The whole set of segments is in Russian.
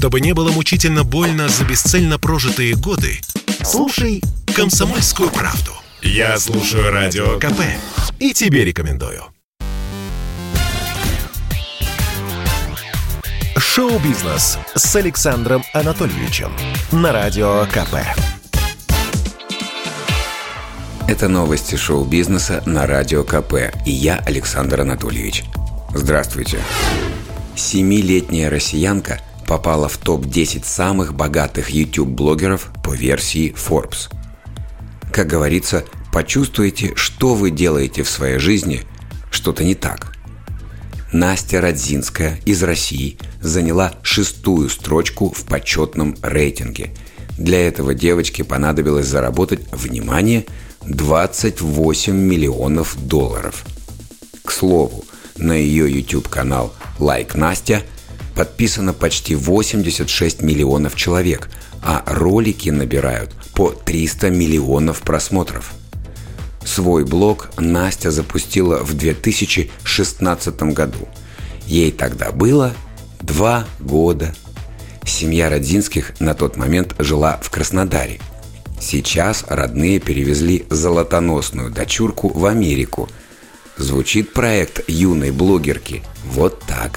Чтобы не было мучительно больно за бесцельно прожитые годы, слушай «Комсомольскую правду». Я слушаю Радио КП и тебе рекомендую. Шоу-бизнес с Александром Анатольевичем на Радио КП. Это новости шоу-бизнеса на Радио КП, и я, Александр Анатольевич. Здравствуйте. 7-летняя россиянка попала в топ-10 самых богатых YouTube-блогеров по версии Forbes. Как говорится, почувствуйте, что вы делаете в своей жизни, что-то не так. Настя Радзинская из России заняла 6-ю строчку в почетном рейтинге. Для этого девочке понадобилось заработать, внимание, $28 миллионов. К слову, на ее YouTube-канал «Лайк Настя» подписано почти 86 миллионов человек, а ролики набирают по 300 миллионов просмотров. Свой блог Настя запустила в 2016 году. Ей тогда было 2 года. Семья Радзинских на тот момент жила в Краснодаре. Сейчас родные перевезли золотоносную дочурку в Америку. Звучит проект юной блогерки вот так.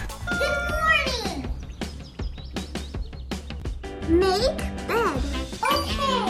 Make bed. Okay.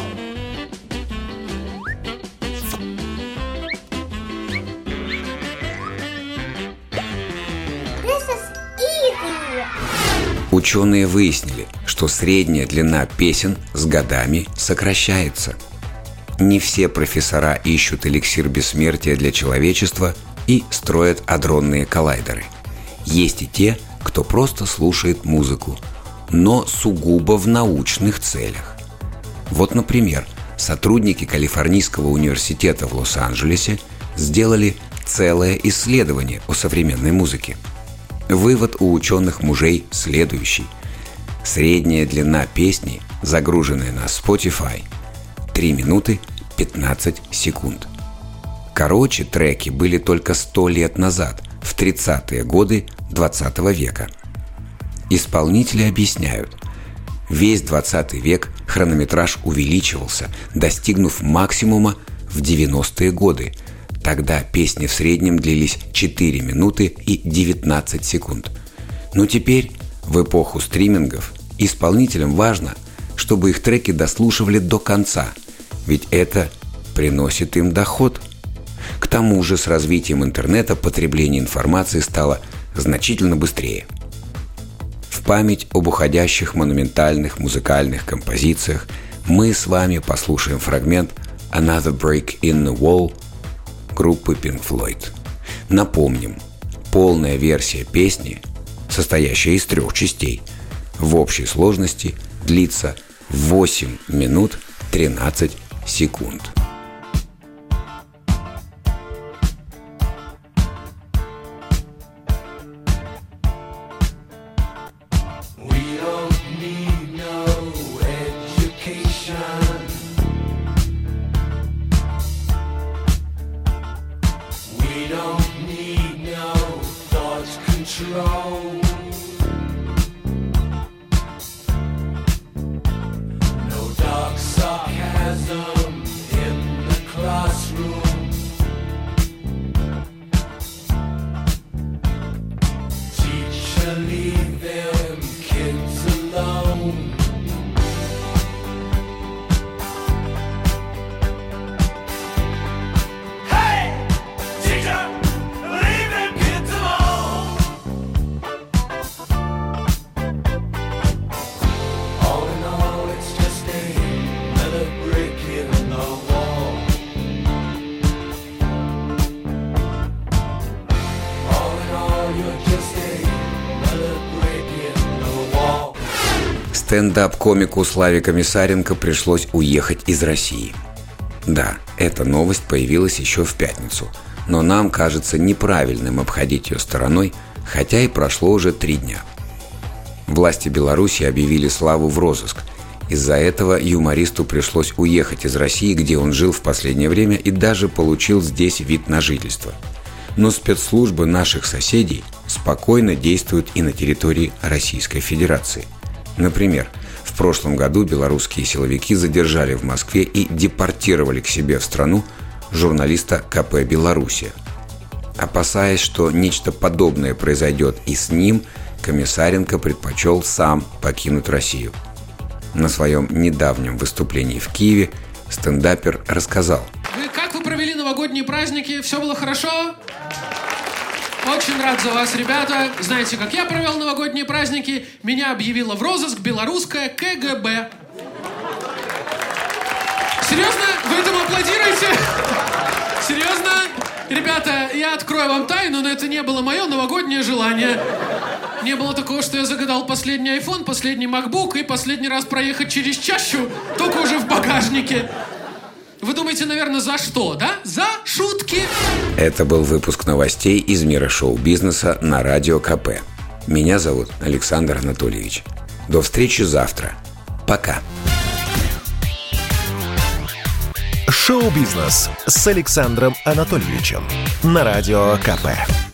This is easy. Ученые выяснили, что средняя длина песен с годами сокращается. Не все профессора ищут эликсир бессмертия для человечества и строят адронные коллайдеры. Есть и те, кто просто слушает музыку, но сугубо в научных целях. Вот, например, сотрудники Калифорнийского университета в Лос-Анджелесе сделали целое исследование о современной музыке. Вывод у ученых-мужей следующий. Средняя длина песни, загруженная на Spotify, 3 минуты 15 секунд. Короче, треки были только 100 лет назад, в 30-е годы 20 века. Исполнители объясняют, весь 20 век хронометраж увеличивался, достигнув максимума в 90-е годы. Тогда песни в среднем длились 4 минуты и 19 секунд. Но теперь, в эпоху стримингов, исполнителям важно, чтобы их треки дослушивали до конца, ведь это приносит им доход. К тому же с развитием интернета потребление информации стало значительно быстрее. В память об уходящих монументальных музыкальных композициях мы с вами послушаем фрагмент «Another Break in the Wall» группы Pink Floyd. Напомним, полная версия песни, состоящая из 3 частей, в общей сложности длится 8 минут 13 секунд. Стендап-комику Славе Комиссаренко пришлось уехать из России. Да, эта новость появилась еще в пятницу, но нам кажется неправильным обходить ее стороной, хотя и прошло уже 3 дня. Власти Беларуси объявили Славу в розыск. Из-за этого юмористу пришлось уехать из России, где он жил в последнее время и даже получил здесь вид на жительство. Но спецслужбы наших соседей спокойно действуют и на территории Российской Федерации. Например, в прошлом году белорусские силовики задержали в Москве и депортировали к себе в страну журналиста КП «Белоруссия». Опасаясь, что нечто подобное произойдет и с ним, Комиссаренко предпочел сам покинуть Россию. На своем недавнем выступлении в Киеве стендапер рассказал: Как вы провели новогодние праздники? Все было хорошо? Очень рад за вас, ребята. Знаете, как я провел новогодние праздники? Меня объявило в розыск белорусское КГБ. Серьезно? Вы этому аплодируете? Серьезно? Ребята, я открою вам тайну, но это не было мое новогоднее желание. Не было такого, что я загадал последний iPhone, последний MacBook и последний раз проехать через чащу, только уже в багажнике. Вы думаете, наверное, за что, да? За шутки. Это был выпуск новостей из мира шоу-бизнеса на Радио КП. Меня зовут Александр Анатольевич. До встречи завтра. Пока. Шоу-бизнес с Александром Анатольевичем на Радио КП.